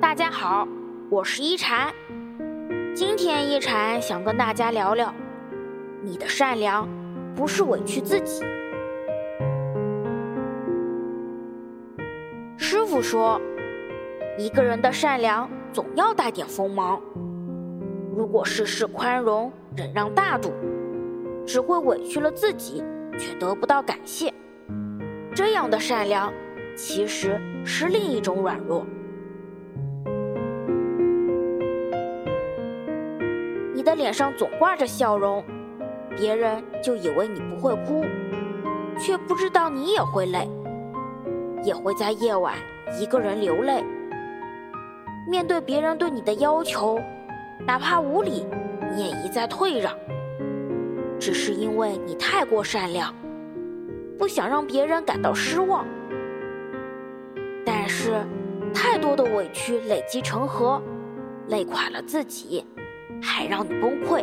大家好，我是一禅。今天一禅想跟大家聊聊，你的善良不是委屈自己。师父说，一个人的善良总要带点锋芒。如果事事宽容，忍让大度，只会委屈了自己，却得不到感谢。这样的善良其实是另一种软弱。你的脸上总挂着笑容，别人就以为你不会哭，却不知道你也会累，也会在夜晚一个人流泪。面对别人对你的要求，哪怕无理，你也一再退让，只是因为你太过善良，不想让别人感到失望。但是太多的委屈累积成河，累垮了自己，还让你崩溃。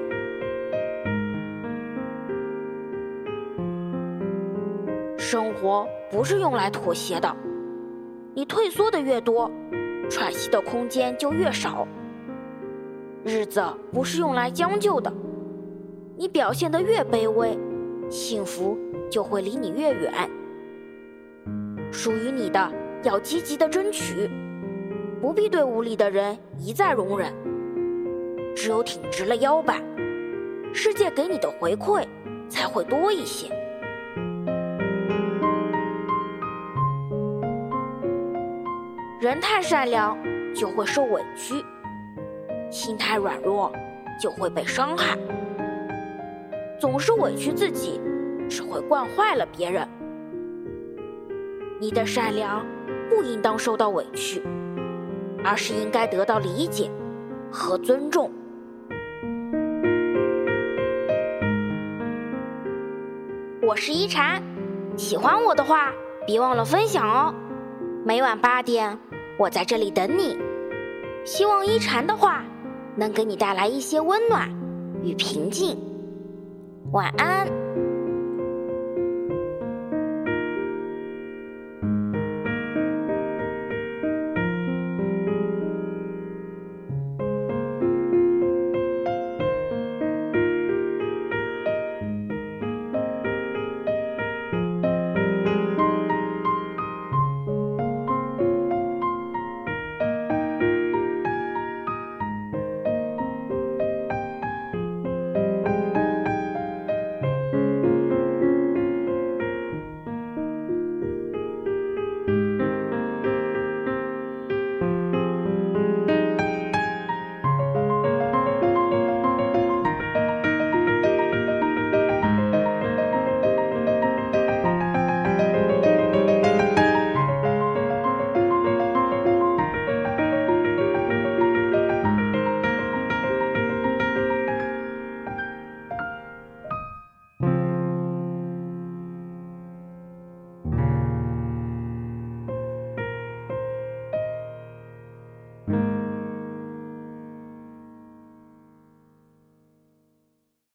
生活不是用来妥协的，你退缩的越多，喘息的空间就越少。日子不是用来将就的，你表现得越卑微，幸福就会离你越远。属于你的要积极地争取，不必对无理的人一再容忍。只有挺直了腰板，世界给你的回馈才会多一些。人太善良就会受委屈，心太软弱就会被伤害。总是委屈自己，只会惯坏了别人。你的善良不应当受到委屈，而是应该得到理解和尊重。我是一禅，喜欢我的话别忘了分享哦。每晚8点我在这里等你，希望一禅的话能给你带来一些温暖与平静。晚安。